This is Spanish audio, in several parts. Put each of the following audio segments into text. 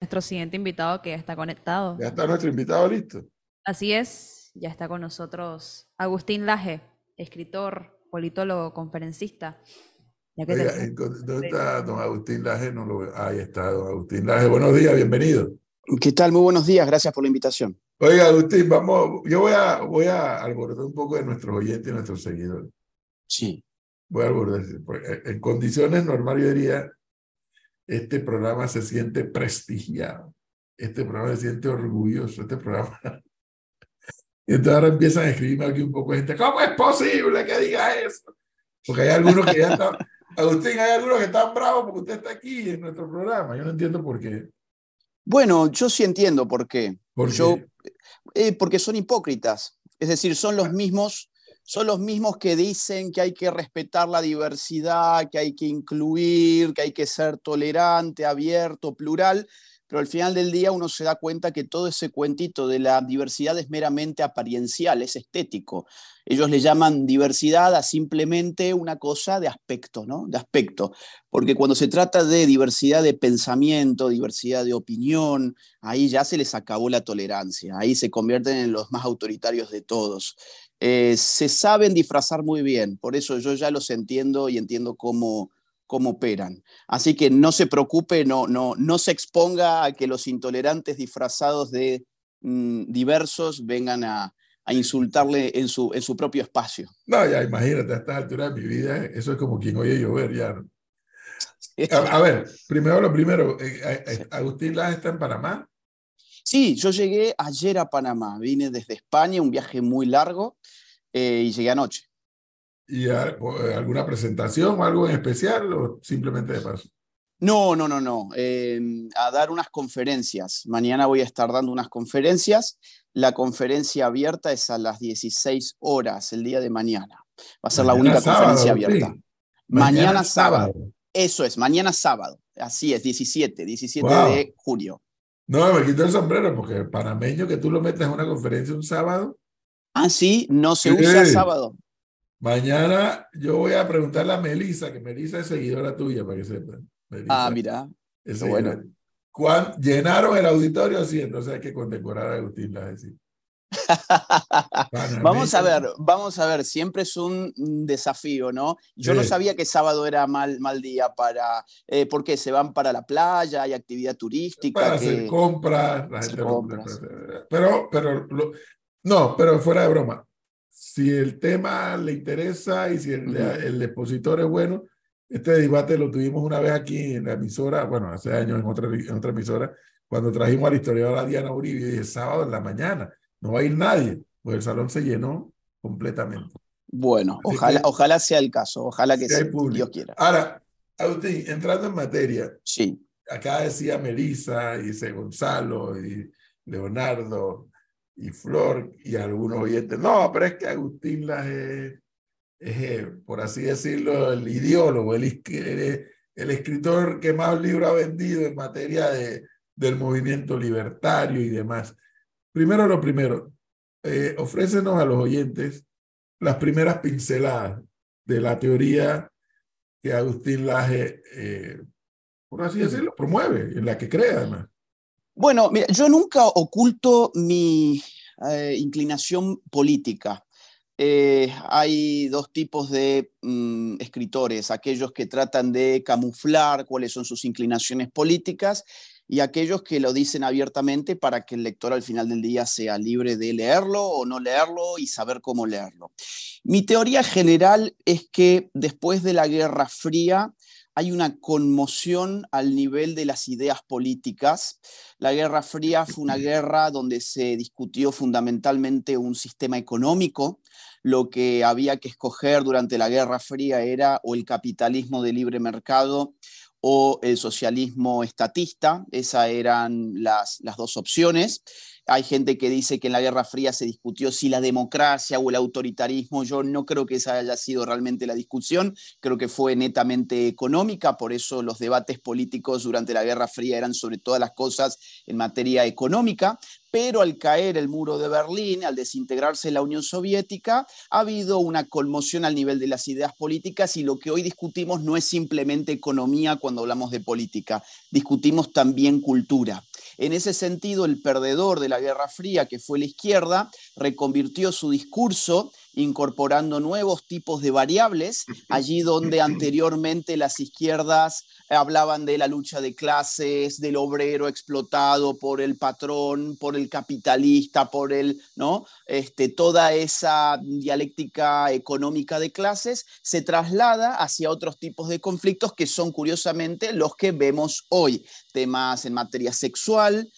nuestro siguiente invitado que ya está conectado. Ya está nuestro invitado listo. Así es, ya está con nosotros Agustín Laje, escritor, politólogo, conferencista. Ya que Oiga, tenemos... ¿dónde está don Agustín Laje? No lo veo. Ahí está don Agustín Laje. Buenos días, bienvenido. ¿Qué tal? Muy buenos días, gracias por la invitación. Oiga, Agustín, yo voy a alborotar un poco de nuestros oyentes y nuestros seguidores. Sí. Voy a alborotar. En condiciones normales, yo diría, este programa se siente prestigiado. Este programa se siente orgulloso. Este programa. Y entonces ahora empiezan a escribirme aquí un poco de gente. ¿Cómo es posible que diga eso? Porque hay algunos que ya están. Agustín, hay algunos que están bravos porque usted está aquí en nuestro programa. Yo no entiendo por qué. Bueno, yo sí entiendo por qué. ¿Por qué? Porque son hipócritas. Es decir, son los mismos que dicen que hay que respetar la diversidad, que hay que incluir, que hay que ser tolerante, abierto, plural. Pero al final del día uno se da cuenta que todo ese cuentito de la diversidad es meramente apariencial, es estético. Ellos le llaman diversidad a simplemente una cosa de aspecto, ¿no? De aspecto. Porque cuando se trata de diversidad de pensamiento, diversidad de opinión, ahí ya se les acabó la tolerancia, ahí se convierten en los más autoritarios de todos. Se saben disfrazar muy bien, por eso yo ya los entiendo y entiendo cómo operan. Así que no se preocupe, no se exponga a que los intolerantes disfrazados de diversos vengan a insultarle en su propio espacio. No, ya imagínate, a estas alturas de mi vida, eso es como quien oye llover, ya. ¿No? A ver, primero lo primero, Sí. Agustín Laje está en Panamá. Sí, yo llegué ayer a Panamá, vine desde España, un viaje muy largo, y llegué anoche. ¿Y alguna presentación o algo en especial o simplemente de paso? No. A dar unas conferencias. Mañana voy a estar dando unas conferencias. La conferencia abierta es a las 16 horas, el día de mañana. Va a ser la Mañana única sábado, conferencia abierta. Agustín. Mañana Mañana sábado. sábado. Eso es, mañana sábado. Así es, 17 Wow. de junio. No, me quito el sombrero porque el panameño que tú lo metes a una conferencia un sábado. Ah, sí, no se usa Sí. sábado. Mañana yo voy a preguntarle a Melissa, que Melissa es seguidora tuya, para que sepan. Ah, Melissa mira, es qué seguidora. bueno. ¿Llenaron el auditorio? Sí, entonces hay que condecorar a Agustín Laje. Sí. Panameño. Vamos a ver, siempre es un desafío, ¿no? Yo no sabía que sábado era mal día ¿por qué? ¿Se van para la playa? ¿Hay actividad Para turística? hacer ¿Qué? compras, la Hacer gente lo... compras. No, pero fuera de broma. Si el tema le interesa y si Ujú. el expositor es bueno, este debate lo tuvimos una vez aquí en la emisora, bueno, hace años en otra emisora, cuando trajimos a la historiadora Diana Uribe, y dije, sábado en la mañana, no va a ir nadie, pues el salón se llenó completamente. Bueno, Así que ojalá sea el caso, ojalá que sí hay sí, Dios público. quiera. Ahora, Agustín, entrando en materia, Sí. acá decía Melissa, y dice Gonzalo, y Leonardo, y Flor, y algunos oyentes. No, pero es que Agustín Laje por así decirlo, el ideólogo, el escritor que más libros ha vendido en materia del movimiento libertario y demás. Primero lo primero, ofrécenos a los oyentes las primeras pinceladas de la teoría que Agustín Laje, por así decirlo, promueve, en la que cree además. Bueno, mira, yo nunca oculto mi inclinación política. Hay dos tipos de escritores, aquellos que tratan de camuflar cuáles son sus inclinaciones políticas y aquellos que lo dicen abiertamente para que el lector al final del día sea libre de leerlo o no leerlo y saber cómo leerlo. Mi teoría general es que después de la Guerra Fría hay una conmoción al nivel de las ideas políticas. La Guerra Fría fue una guerra donde se discutió fundamentalmente un sistema económico. Lo que había que escoger durante la Guerra Fría era o el capitalismo de libre mercado o el socialismo estatista. Esas eran las dos opciones. Hay gente que dice que en la Guerra Fría se discutió si la democracia o el autoritarismo. Yo no creo que esa haya sido realmente la discusión. Creo que fue netamente económica. Por eso los debates políticos durante la Guerra Fría eran sobre todas las cosas en materia económica. Pero al caer el muro de Berlín, al desintegrarse la Unión Soviética, ha habido una conmoción al nivel de las ideas políticas y lo que hoy discutimos no es simplemente economía cuando hablamos de política, discutimos también cultura. En ese sentido, el perdedor de la Guerra Fría, que fue la izquierda, reconvirtió su discurso incorporando nuevos tipos de variables, allí donde anteriormente las izquierdas hablaban de la lucha de clases, del obrero explotado por el patrón, por el capitalista, por el, ¿no? Toda esa dialéctica económica de clases se traslada hacia otros tipos de conflictos que son curiosamente los que vemos hoy. Temas en materia sexual,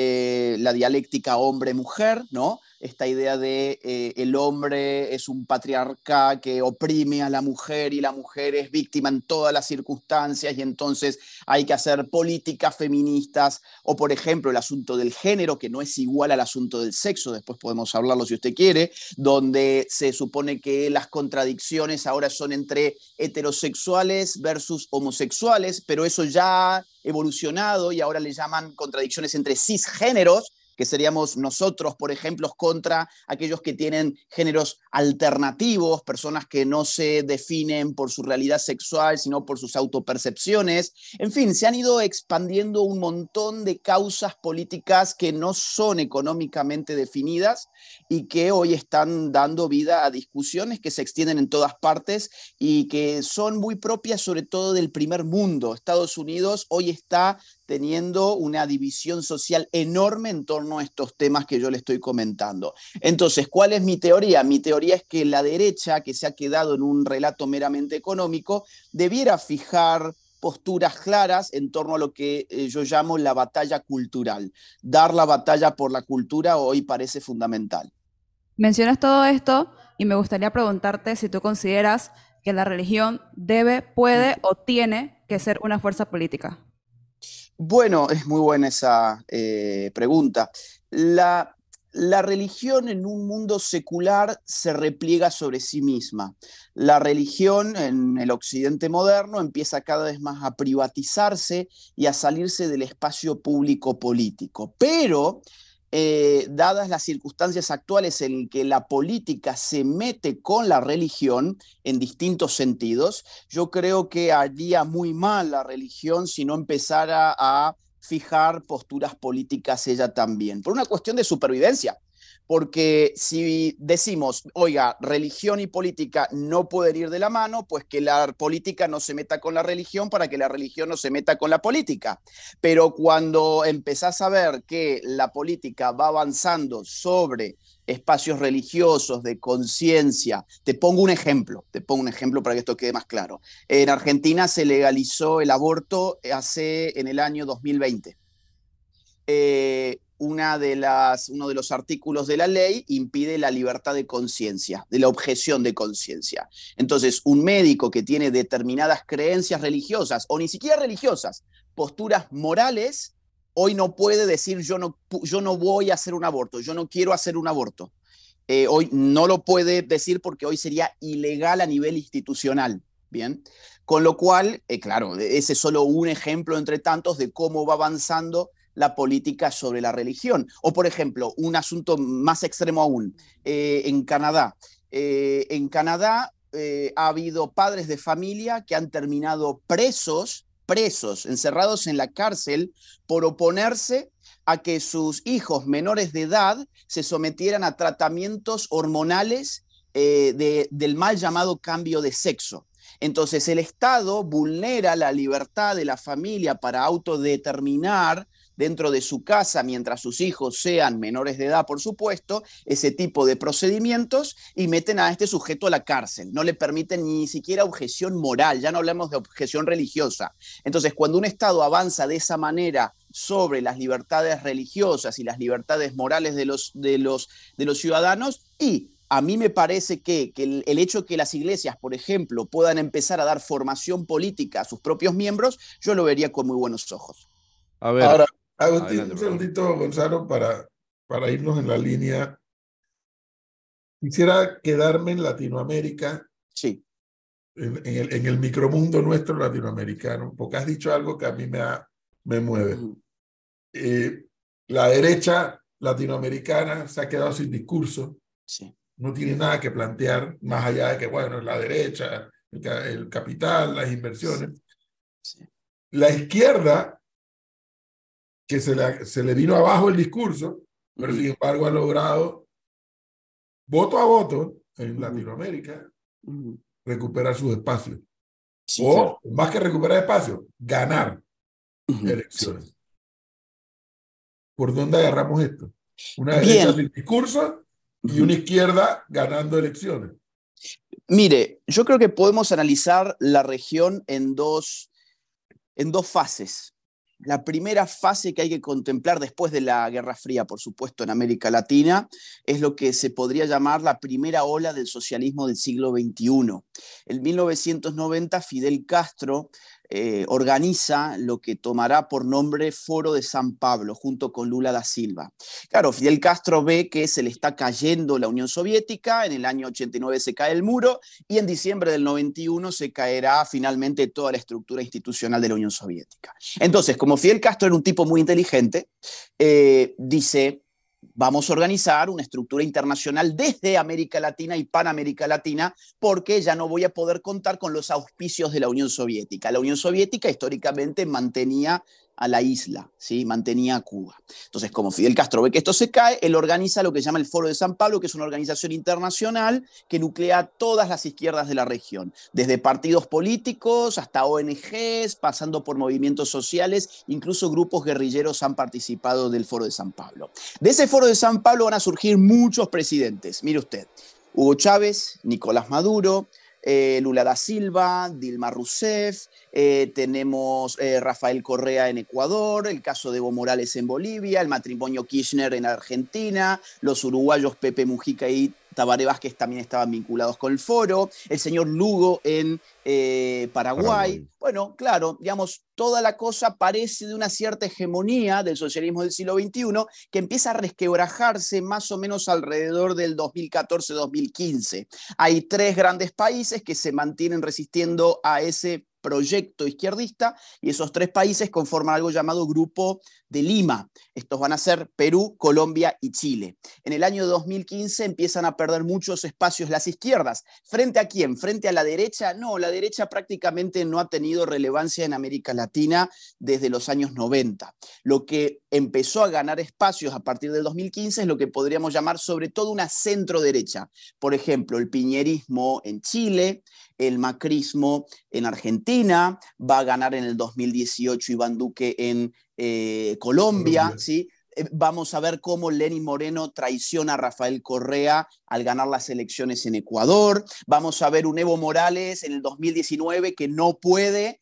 la dialéctica hombre-mujer, ¿no? Esta idea de el hombre es un patriarca que oprime a la mujer y la mujer es víctima en todas las circunstancias y entonces hay que hacer políticas feministas, o por ejemplo el asunto del género, que no es igual al asunto del sexo, después podemos hablarlo si usted quiere, donde se supone que las contradicciones ahora son entre heterosexuales versus homosexuales, pero eso ya ha evolucionado y ahora le llaman contradicciones entre cisgéneros, que seríamos nosotros, por ejemplo, contra aquellos que tienen géneros alternativos, personas que no se definen por su realidad sexual, sino por sus autopercepciones. En fin, se han ido expandiendo un montón de causas políticas que no son económicamente definidas y que hoy están dando vida a discusiones que se extienden en todas partes y que son muy propias sobre todo del primer mundo. Estados Unidos hoy está teniendo una división social enorme en torno a estos temas que yo le estoy comentando. Entonces, ¿cuál es mi teoría? Mi teoría es que la derecha, que se ha quedado en un relato meramente económico, debiera fijar posturas claras en torno a lo que yo llamo la batalla cultural. Dar la batalla por la cultura hoy parece fundamental. Mencionas todo esto y me gustaría preguntarte si tú consideras que la religión debe, puede o tiene que ser una fuerza política. Bueno, es muy buena esa pregunta. La religión en un mundo secular se repliega sobre sí misma. La religión en el occidente moderno empieza cada vez más a privatizarse y a salirse del espacio público político. Pero, dadas las circunstancias actuales en que la política se mete con la religión en distintos sentidos, yo creo que haría muy mal la religión si no empezara a fijar posturas políticas ella también, por una cuestión de supervivencia. Porque si decimos, oiga, religión y política no pueden ir de la mano, pues que la política no se meta con la religión para que la religión no se meta con la política. Pero cuando empezás a ver que la política va avanzando sobre espacios religiosos, de conciencia, te pongo un ejemplo para que esto quede más claro. En Argentina se legalizó el aborto en el año 2020. Uno de los artículos de la ley impide la libertad de conciencia, de la objeción de conciencia. Entonces, un médico que tiene determinadas creencias religiosas, o ni siquiera religiosas, posturas morales, hoy no puede decir yo no voy a hacer un aborto, yo no quiero hacer un aborto. Hoy no lo puede decir porque hoy sería ilegal a nivel institucional. Bien, con lo cual, claro, ese es solo un ejemplo entre tantos de cómo va avanzando la política sobre la religión. O, por ejemplo, un asunto más extremo aún, en Canadá. En Canadá ha habido padres de familia que han terminado presos, encerrados en la cárcel, por oponerse a que sus hijos menores de edad se sometieran a tratamientos hormonales del mal llamado cambio de sexo. Entonces el Estado vulnera la libertad de la familia para autodeterminar dentro de su casa, mientras sus hijos sean menores de edad, por supuesto, ese tipo de procedimientos y meten a este sujeto a la cárcel. No le permiten ni siquiera objeción moral, ya no hablamos de objeción religiosa. Entonces, cuando un Estado avanza de esa manera sobre las libertades religiosas y las libertades morales de los ciudadanos, y a mí me parece que el hecho de que las iglesias, por ejemplo, puedan empezar a dar formación política a sus propios miembros, yo lo vería con muy buenos ojos. A ver, Ahora, Agustín, adelante, un perdón. segundito, Gonzalo, para irnos en la línea. Quisiera quedarme en Latinoamérica, Sí. en el micromundo nuestro latinoamericano, porque has dicho algo que a mí me mueve. La derecha latinoamericana se ha quedado sin discurso, Sí. no tiene nada que plantear, más allá de que, bueno, la derecha, el capital, las inversiones. Sí. La izquierda que se le vino abajo el discurso, pero sin embargo ha logrado voto a voto en Latinoamérica recuperar sus espacios. Sí, O, claro. más que recuperar espacios, ganar elecciones. Sí. ¿Por dónde agarramos esto? Una derecha Bien. sin discurso y una izquierda ganando elecciones. Mire, yo creo que podemos analizar la región en dos fases. La primera fase que hay que contemplar después de la Guerra Fría, por supuesto, en América Latina, es lo que se podría llamar la primera ola del socialismo del siglo XXI. En 1990, Fidel Castro organiza lo que tomará por nombre Foro de San Pablo, junto con Lula da Silva. Claro, Fidel Castro ve que se le está cayendo la Unión Soviética, en el año 89 se cae el muro, y en diciembre del 91 se caerá finalmente toda la estructura institucional de la Unión Soviética. Entonces, como Fidel Castro era un tipo muy inteligente, dice: vamos a organizar una estructura internacional desde América Latina y Panamérica Latina, porque ya no voy a poder contar con los auspicios de la Unión Soviética. La Unión Soviética históricamente mantenía a la isla, ¿sí? Mantenía a Cuba. Entonces, como Fidel Castro ve que esto se cae, él organiza lo que llama el Foro de San Pablo, que es una organización internacional que nuclea a todas las izquierdas de la región, desde partidos políticos hasta ONGs, pasando por movimientos sociales, incluso grupos guerrilleros han participado del Foro de San Pablo. De ese Foro de San Pablo van a surgir muchos presidentes. Mire usted: Hugo Chávez, Nicolás Maduro, Lula da Silva, Dilma Rousseff, tenemos Rafael Correa en Ecuador, el caso de Evo Morales en Bolivia, el matrimonio Kirchner en Argentina, los uruguayos Pepe Mujica y Tabaré Vázquez también estaban vinculados con el foro, el señor Lugo en Paraguay. Bueno, claro, digamos, toda la cosa parece de una cierta hegemonía del socialismo del siglo XXI que empieza a resquebrajarse más o menos alrededor del 2014-2015. Hay tres grandes países que se mantienen resistiendo a ese proyecto izquierdista, y esos tres países conforman algo llamado Grupo de Lima. Estos van a ser Perú, Colombia y Chile. En el año 2015 empiezan a perder muchos espacios las izquierdas. ¿Frente a quién? ¿Frente a la derecha? No, la derecha prácticamente no ha tenido relevancia en América Latina desde los años 90. Lo que empezó a ganar espacios a partir del 2015 es lo que podríamos llamar sobre todo una centro derecha. Por ejemplo, el piñerismo en Chile, el macrismo en Argentina, va a ganar en el 2018 Iván Duque en Colombia, ¿sí? Vamos a ver cómo Lenín Moreno traiciona a Rafael Correa al ganar las elecciones en Ecuador. Vamos a ver un Evo Morales en el 2019 que no puede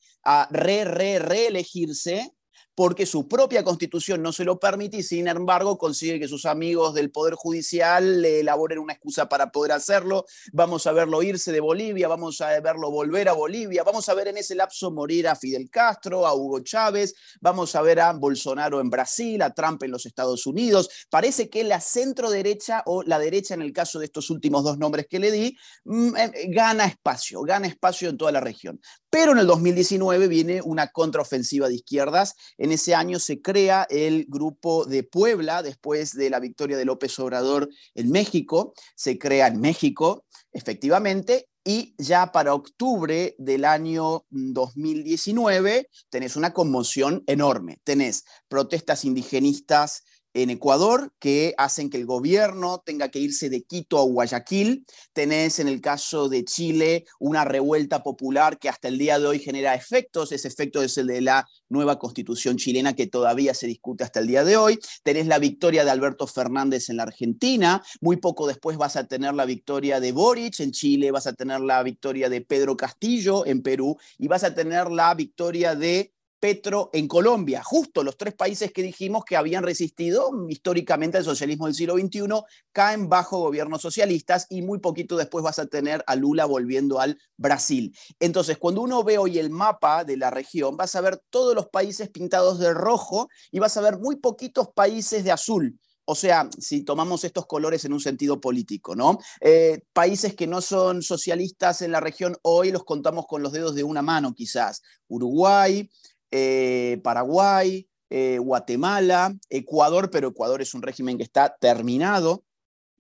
reelegirse porque su propia constitución no se lo permite, y sin embargo consigue que sus amigos del Poder Judicial le elaboren una excusa para poder hacerlo. Vamos a verlo irse de Bolivia, vamos a verlo volver a Bolivia, vamos a ver en ese lapso morir a Fidel Castro, a Hugo Chávez, vamos a ver a Bolsonaro en Brasil, a Trump en los Estados Unidos. Parece que la centro derecha, o la derecha en el caso de estos últimos dos nombres que le di, gana espacio en toda la región. Pero en el 2019 viene una contraofensiva de izquierdas. En ese año se crea el Grupo de Puebla, después de la victoria de López Obrador en México. Se crea en México, efectivamente, y ya para octubre del año 2019 tenés una conmoción enorme. Tenés protestas indigenistas en Ecuador que hacen que el gobierno tenga que irse de Quito a Guayaquil. Tenés en el caso de Chile una revuelta popular que hasta el día de hoy genera efectos. Ese efecto es el de la nueva constitución chilena que todavía se discute hasta el día de hoy. Tenés la victoria de Alberto Fernández en la Argentina. Muy poco después vas a tener la victoria de Boric en Chile, vas a tener la victoria de Pedro Castillo en Perú y vas a tener la victoria de Petro en Colombia. Justo los tres países que dijimos que habían resistido históricamente al socialismo del siglo XXI caen bajo gobiernos socialistas, y muy poquito después vas a tener a Lula volviendo al Brasil. Entonces, cuando uno ve hoy el mapa de la región, vas a ver todos los países pintados de rojo y vas a ver muy poquitos países de azul. O sea, si tomamos estos colores en un sentido político, ¿no? Países que no son socialistas en la región hoy los contamos con los dedos de una mano, quizás. Uruguay, Paraguay, Guatemala, Ecuador, pero Ecuador es un régimen que está terminado.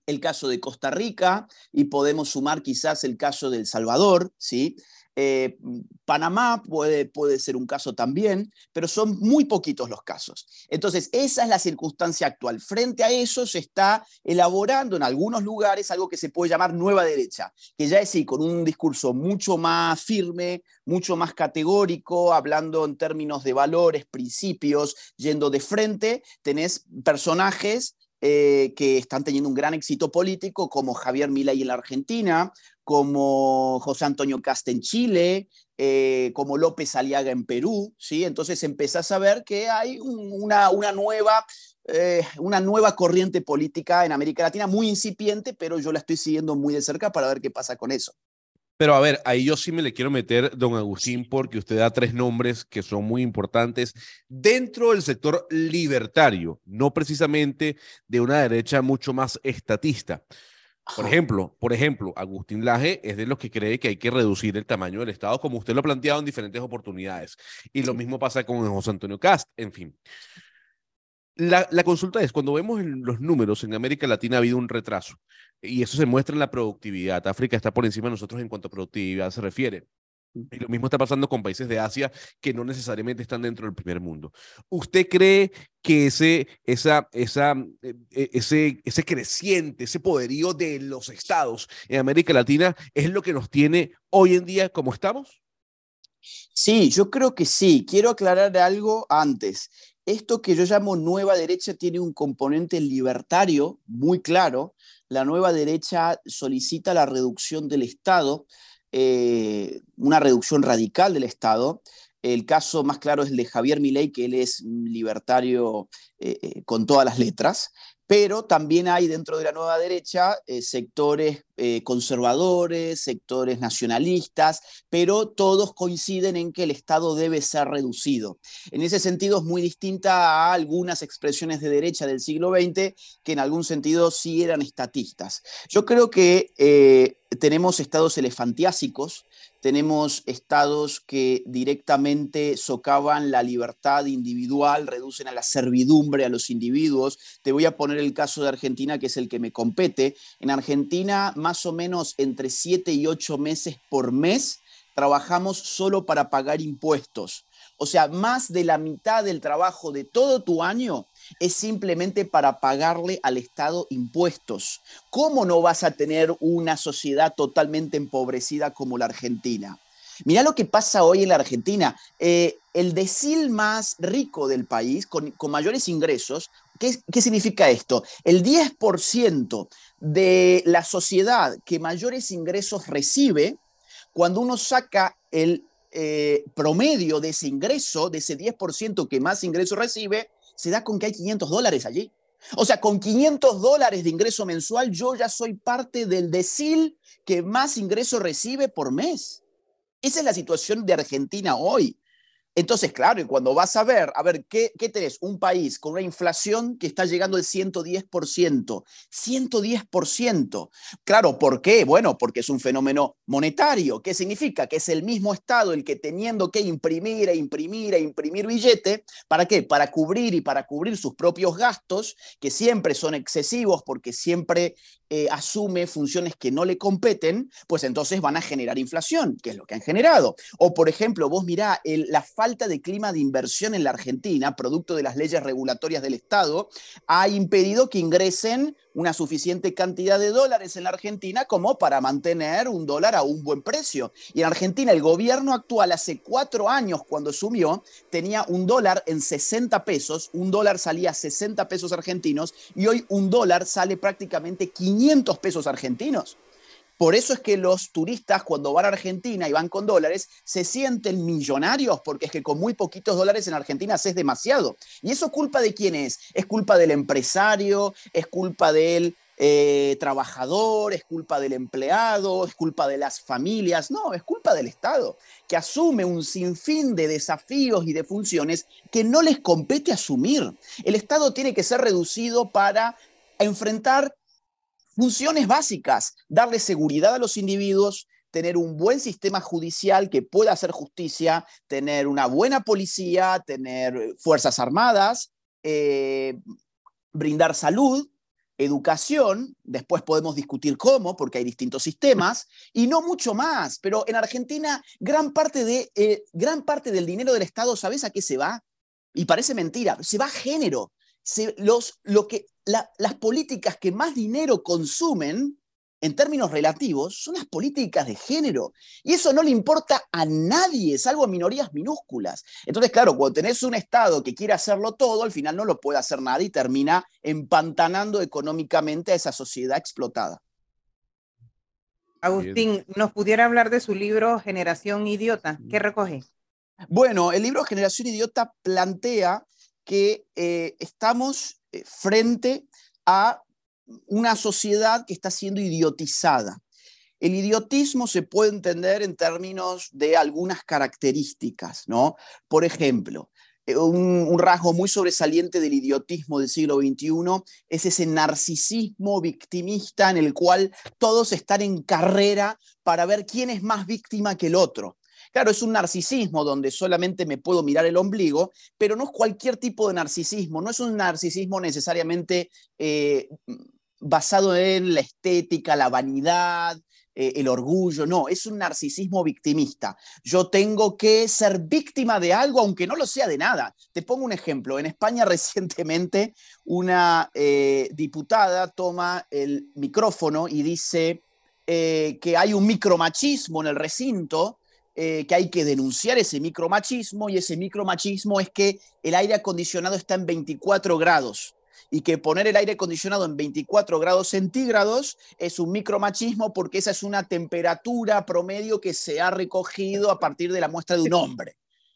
el caso de Costa Rica y podemos sumar quizás el caso de El Salvador, ¿sí? Panamá puede ser un caso también, pero son muy poquitos los casos. Entonces, esa es la circunstancia actual. Frente a eso se está elaborando en algunos lugares algo que se puede llamar nueva derecha, que ya es sí, con un discurso mucho más firme, mucho más categórico, hablando en términos de valores, principios, yendo de frente. Tenés personajes que están teniendo un gran éxito político, como Javier Milei en la Argentina, como José Antonio Kast en Chile, como López Aliaga en Perú, ¿sí? Entonces empezás a ver que hay una nueva corriente política en América Latina, muy incipiente, pero yo la estoy siguiendo muy de cerca para ver qué pasa con eso. Pero a ver, ahí yo sí me le quiero meter, don Agustín, porque usted da tres nombres que son muy importantes dentro del sector libertario, no precisamente de una derecha mucho más estatista. Por ejemplo, Agustín Laje es de los que cree que hay que reducir el tamaño del Estado, como usted lo ha planteado en diferentes oportunidades. Y lo mismo pasa con José Antonio Kast, en fin. La consulta es, cuando vemos los números, en América Latina ha habido un retraso y eso se muestra en la productividad. África está por encima de nosotros en cuanto a productividad se refiere. Y lo mismo está pasando con países de Asia que no necesariamente están dentro del primer mundo. ¿Usted cree que ese creciente, ese poderío de los estados en América Latina es lo que nos tiene hoy en día como estamos? Sí, yo creo que sí. Quiero aclarar algo antes. Esto que yo llamo nueva derecha tiene un componente libertario muy claro. La nueva derecha solicita la reducción del Estado, una reducción radical del Estado. El caso más claro es el de Javier Milei, que él es libertario con todas las letras, pero también hay dentro de la nueva derecha sectores conservadores, sectores nacionalistas, pero todos coinciden en que el Estado debe ser reducido. En ese sentido es muy distinta a algunas expresiones de derecha del siglo XX que en algún sentido sí eran estatistas. Yo creo que tenemos estados elefantiásicos, tenemos estados que directamente socavan la libertad individual, reducen a la servidumbre a los individuos. Te voy a poner el caso de Argentina, que es el que me compete. En Argentina, más o menos entre 7 y 8 meses por mes, trabajamos solo para pagar impuestos. O sea, más de la mitad del trabajo de todo tu año es simplemente para pagarle al Estado impuestos. ¿Cómo no vas a tener una sociedad totalmente empobrecida como la Argentina? Mirá lo que pasa hoy en la Argentina. El decil más rico del país, con mayores ingresos, ¿qué significa esto? El 10% de la sociedad que mayores ingresos recibe, cuando uno saca el promedio de ese ingreso, de ese 10% que más ingreso recibe, se da con que hay $500 allí. O sea, con $500 de ingreso mensual, yo ya soy parte del decil que más ingreso recibe por mes. Esa es la situación de Argentina hoy. Entonces, claro, y cuando vas a ver, ¿qué tenés? Un país con una inflación que está llegando al 110%. 110%. Claro, ¿por qué? Bueno, porque es un fenómeno monetario. ¿Qué significa? Que es el mismo Estado el que teniendo que imprimir billete. ¿Para qué? Para cubrir sus propios gastos, que siempre son excesivos porque siempre asume funciones que no le competen, pues entonces van a generar inflación, que es lo que han generado. O, por ejemplo, vos mirá, la falta de clima de inversión en la Argentina, producto de las leyes regulatorias del Estado, ha impedido que ingresen una suficiente cantidad de dólares en la Argentina como para mantener un dólar a un buen precio. Y en Argentina el gobierno actual hace 4 años cuando asumió tenía un dólar en 60 pesos, un dólar salía a 60 pesos argentinos y hoy un dólar sale prácticamente 500 pesos argentinos. Por eso es que los turistas cuando van a Argentina y van con dólares se sienten millonarios porque es que con muy poquitos dólares en Argentina haces demasiado. ¿Y eso culpa de quién es? ¿Es culpa del empresario? ¿Es culpa del trabajador? ¿Es culpa del empleado? ¿Es culpa de las familias? No, es culpa del Estado, que asume un sinfín de desafíos y de funciones que no les compete asumir. El Estado tiene que ser reducido para enfrentar funciones básicas, darle seguridad a los individuos, tener un buen sistema judicial que pueda hacer justicia, tener una buena policía, tener fuerzas armadas, brindar salud, educación, después podemos discutir cómo, porque hay distintos sistemas, y no mucho más. Pero en Argentina, gran parte del dinero del Estado, ¿sabes a qué se va? Y parece mentira, se va a género. Las políticas que más dinero consumen, en términos relativos, son las políticas de género. Y eso no le importa a nadie, salvo a minorías minúsculas. Entonces, claro, cuando tenés un Estado que quiere hacerlo todo, al final no lo puede hacer nadie y termina empantanando económicamente a esa sociedad explotada. Agustín, ¿nos pudiera hablar de su libro Generación Idiota? ¿Qué recoge? Bueno, el libro Generación Idiota plantea que estamos frente a una sociedad que está siendo idiotizada. El idiotismo se puede entender en términos de algunas características, ¿no? Por ejemplo, un rasgo muy sobresaliente del idiotismo del siglo XXI es ese narcisismo victimista en el cual todos están en carrera para ver quién es más víctima que el otro. Claro, es un narcisismo donde solamente me puedo mirar el ombligo, pero no es cualquier tipo de narcisismo, no es un narcisismo necesariamente basado en la estética, la vanidad, el orgullo, no, es un narcisismo victimista. Yo tengo que ser víctima de algo, aunque no lo sea de nada. Te pongo un ejemplo. En España recientemente una diputada toma el micrófono y dice que hay un micromachismo en el recinto, que hay que denunciar ese micromachismo, y ese micromachismo es que el aire acondicionado está en 24 grados. Y que poner el aire acondicionado en 24 grados centígrados es un micromachismo porque esa es una temperatura promedio que se ha recogido a partir de la muestra de un hombre.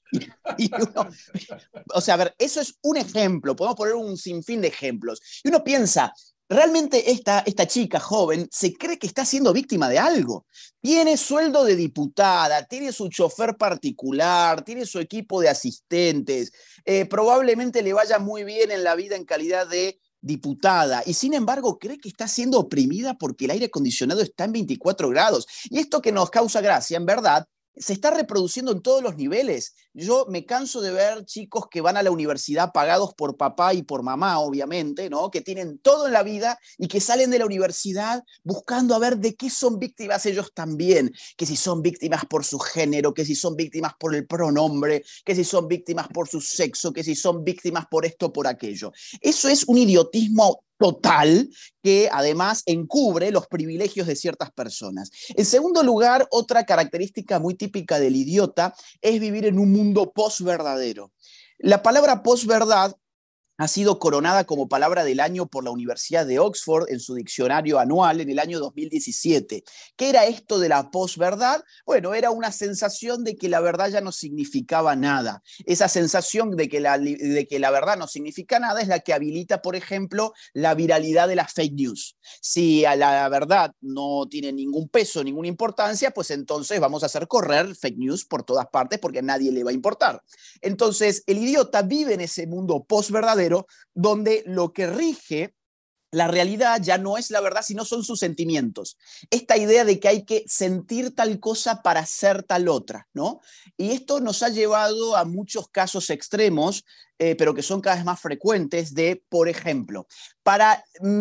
O sea, a ver, eso es un ejemplo, podemos poner un sinfín de ejemplos. Y uno piensa, realmente esta chica joven se cree que está siendo víctima de algo. Tiene sueldo de diputada, tiene su chofer particular, tiene su equipo de asistentes, probablemente le vaya muy bien en la vida en calidad de diputada, y sin embargo cree que está siendo oprimida porque el aire acondicionado está en 24 grados. Y esto que nos causa gracia, en verdad, se está reproduciendo en todos los niveles. Yo me canso de ver chicos que van a la universidad pagados por papá y por mamá, obviamente, ¿no? Que tienen todo en la vida y que salen de la universidad buscando a ver de qué son víctimas ellos también. Que si son víctimas por su género, que si son víctimas por el pronombre, que si son víctimas por su sexo, que si son víctimas por esto o por aquello. Eso es un idiotismo total que además encubre los privilegios de ciertas personas. En segundo lugar, otra característica muy típica del idiota es vivir en un mundo posverdadero. La palabra posverdad ha sido coronada como palabra del año por la Universidad de Oxford en su diccionario anual en el año 2017. ¿Qué era esto de la posverdad? Bueno, era una sensación de que la verdad ya no significaba nada. Esa sensación de que la verdad no significa nada es la que habilita, por ejemplo, la viralidad de las fake news. Si a la verdad no tiene ningún peso, ninguna importancia, pues entonces vamos a hacer correr fake news por todas partes porque a nadie le va a importar. Entonces, el idiota vive en ese mundo posverdadero donde lo que rige la realidad ya no es la verdad, sino son sus sentimientos. Esta idea de que hay que sentir tal cosa para ser tal otra, ¿no? Y esto nos ha llevado a muchos casos extremos, pero que son cada vez más frecuentes de, por ejemplo, para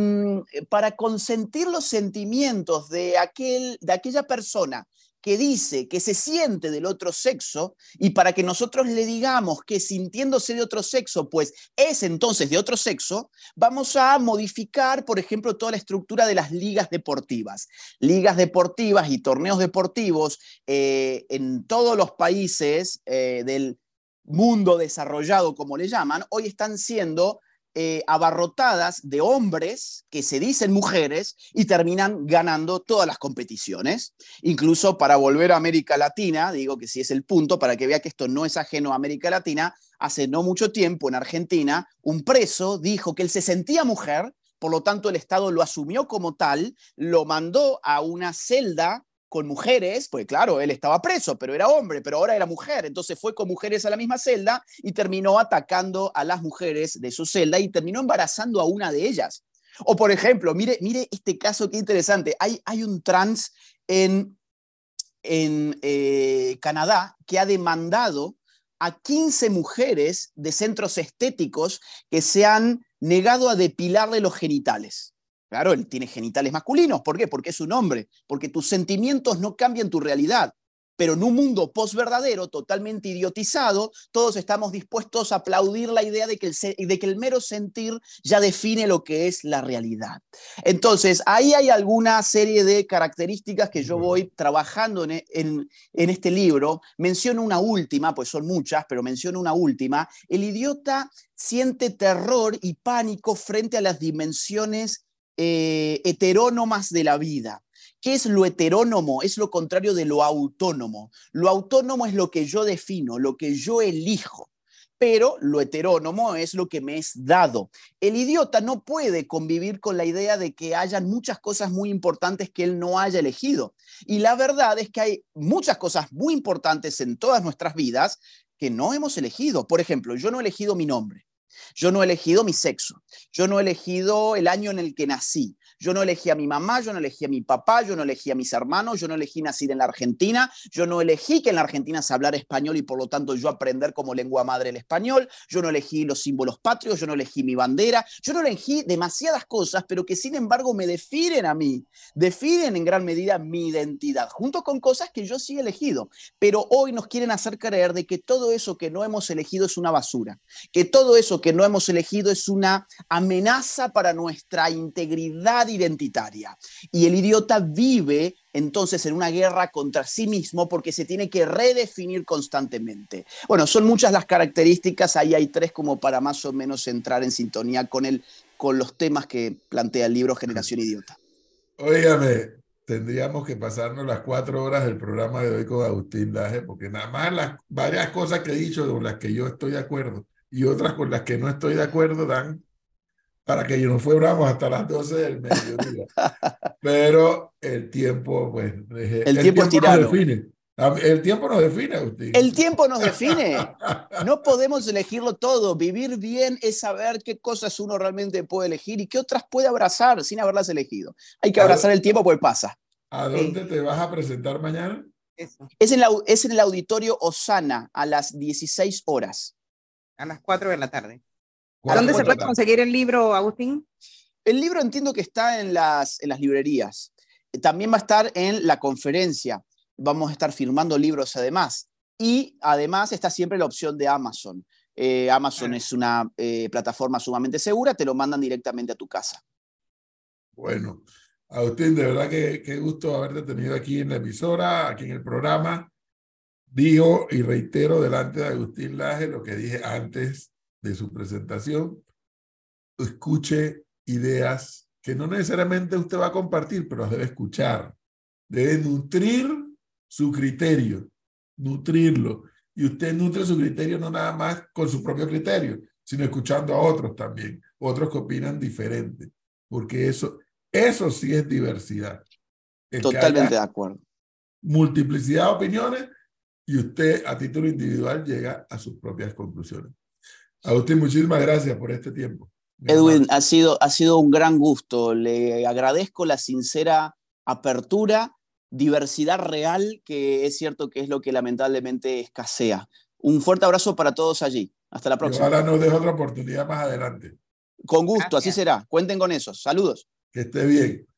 consentir los sentimientos de aquella persona que dice que se siente del otro sexo, y para que nosotros le digamos que sintiéndose de otro sexo, pues es entonces de otro sexo, vamos a modificar, por ejemplo, toda la estructura de las ligas deportivas. Ligas deportivas y torneos deportivos en todos los países del mundo desarrollado, como le llaman, hoy están siendo abarrotadas de hombres que se dicen mujeres y terminan ganando todas las competiciones. Incluso para volver a América Latina, digo que sí es el punto, para que vea que esto no es ajeno a América Latina, hace no mucho tiempo en Argentina, un preso dijo que él se sentía mujer, por lo tanto el Estado lo asumió como tal, lo mandó a una celda con mujeres, pues claro, él estaba preso, pero era hombre, pero ahora era mujer, entonces fue con mujeres a la misma celda y terminó atacando a las mujeres de su celda y terminó embarazando a una de ellas. O por ejemplo, mire este caso, qué interesante, hay un trans en Canadá que ha demandado a 15 mujeres de centros estéticos que se han negado a depilarle los genitales. Claro, él tiene genitales masculinos. ¿Por qué? Porque es un hombre. Porque tus sentimientos no cambian tu realidad. Pero en un mundo posverdadero, totalmente idiotizado, todos estamos dispuestos a aplaudir la idea de que el mero sentir ya define lo que es la realidad. Entonces, ahí hay alguna serie de características que yo voy trabajando en este libro. Menciono una última, pues son muchas, pero menciono una última. El idiota siente terror y pánico frente a las dimensiones heterónomas de la vida. ¿Qué es lo heterónomo? Es lo contrario de lo autónomo. Lo autónomo es lo que yo defino, lo que yo elijo, pero lo heterónomo es lo que me es dado. El idiota no puede convivir con la idea de que hayan muchas cosas muy importantes que él no haya elegido. Y la verdad es que hay muchas cosas muy importantes en todas nuestras vidas que no hemos elegido. Por ejemplo, yo no he elegido mi nombre. Yo no he elegido mi sexo, yo no he elegido el año en el que nací, yo no elegí a mi mamá, yo no elegí a mi papá, yo no elegí a mis hermanos, yo no elegí nacer en la Argentina, yo no elegí que en la Argentina se hablara español y por lo tanto yo aprender como lengua madre el español, yo no elegí los símbolos patrios, yo no elegí mi bandera, yo no elegí demasiadas cosas, pero que sin embargo me definen a mí, definen en gran medida mi identidad, junto con cosas que yo sí he elegido. Pero hoy nos quieren hacer creer de que todo eso que no hemos elegido es una basura, que todo eso que no hemos elegido es una amenaza para nuestra integridad identitaria. Y el idiota vive entonces en una guerra contra sí mismo porque se tiene que redefinir constantemente. Bueno, son muchas las características, ahí hay 3 como para más o menos entrar en sintonía con los temas que plantea el libro Generación Idiota. Óigame, tendríamos que pasarnos las 4 horas del programa de hoy con Agustín Laje, porque nada más las varias cosas que he dicho con las que yo estoy de acuerdo y otras con las que no estoy de acuerdo dan para que nos fuéramos hasta las 12 del mediodía. Pero el tiempo, pues, el tiempo es tirano. Nos define. El tiempo nos define, Agustín. El tiempo nos define. No podemos elegirlo todo. Vivir bien es saber qué cosas uno realmente puede elegir y qué otras puede abrazar sin haberlas elegido. Hay que abrazar el tiempo porque pasa. ¿A dónde te vas a presentar mañana? Eso. Es en el auditorio Osana a las 16 horas. A las 4 de la tarde. ¿A dónde se puede conseguir el libro, Agustín? El libro entiendo que está en las librerías. También va a estar en la conferencia. Vamos a estar firmando libros además. Y además está siempre la opción de Amazon. Amazon es una plataforma sumamente segura, te lo mandan directamente a tu casa. Bueno, Agustín, de verdad que qué gusto haberte tenido aquí en la emisora, aquí en el programa. Digo y reitero delante de Agustín Laje lo que dije antes de su presentación. Escuche ideas que no necesariamente usted va a compartir, pero las debe escuchar. Debe nutrir su criterio, nutrirlo. Y usted nutre su criterio no nada más con su propio criterio, sino escuchando a otros también, otros que opinan diferente, porque eso sí es diversidad. Totalmente de acuerdo. Multiplicidad de opiniones y usted a título individual llega a sus propias conclusiones. Agustín, muchísimas gracias por este tiempo. Edwin, ha sido un gran gusto. Le agradezco la sincera apertura, diversidad real, que es cierto que es lo que lamentablemente escasea. Un fuerte abrazo para todos allí. Hasta la próxima. Ojalá nos deje otra oportunidad más adelante. Con gusto, así será. Cuenten con eso. Saludos. Que esté bien.